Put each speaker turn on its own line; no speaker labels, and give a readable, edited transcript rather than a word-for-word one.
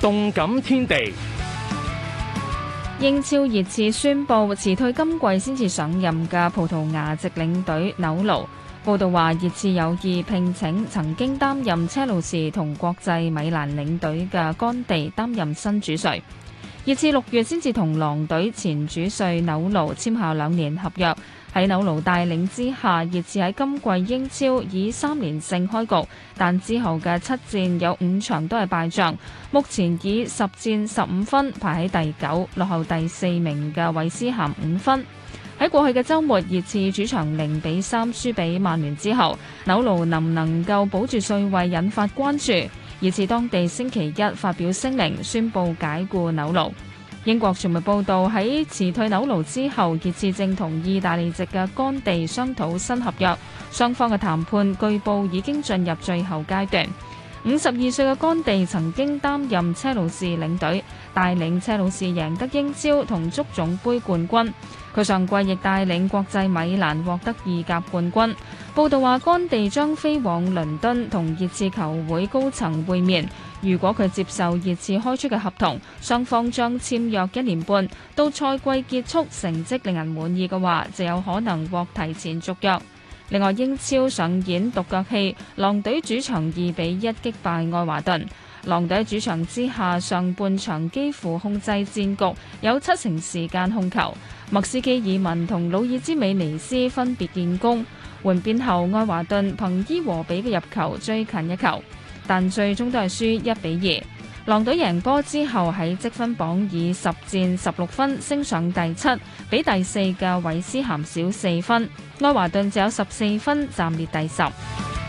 動感天地。
英超熱刺宣布辭退今季先至上任嘅葡萄牙籍領隊紐勞。報道話，熱刺有意聘請曾經擔任車路士同國際米蘭領隊嘅干地擔任新主帥。熱刺6月先至同狼隊前主帥紐勞簽下2年合約。喺紐勞帶領之下，熱刺喺今季英超以3連勝開局，但之後嘅7戰有5場都係敗仗，目前以10戰15分排喺第9，落後第4名嘅韋斯咸5分。喺過去嘅週末，熱刺主場0-3輸俾曼聯之後，紐勞能唔能夠保住帥位引發關注。熱刺當地星期一發表聲明，宣布解僱紐勞。英國傳媒報道，喺辭退紐勞之後，熱刺正同意大利籍嘅干地商討新合約，雙方嘅談判據報已經進入最後階段。52歲嘅干地曾經擔任車路士領隊，帶領車路士贏得英超同足總杯冠軍。佢上季亦帶領國際米蘭獲得意甲冠軍。報道話，干地將飛往倫敦同熱刺球會高層會面。如果佢接受熱刺開出嘅合同，雙方將簽約1年半，到賽季結束成績令人滿意嘅話，就有可能獲提前續約。另外，英超上演獨腳戲，狼隊主場2-1擊敗愛華頓。狼隊主場之下，上半場幾乎控制戰局，有70%時間控球。麥斯基爾文同魯爾茲美尼斯分別建功。換邊後，愛華頓憑伊和比嘅入球追近一球，但最終都係輸1-2。狼隊贏波之後喺積分榜以10戰16分升上第7，比第4嘅韋斯咸少4分。愛華頓只有14分，暫列第10。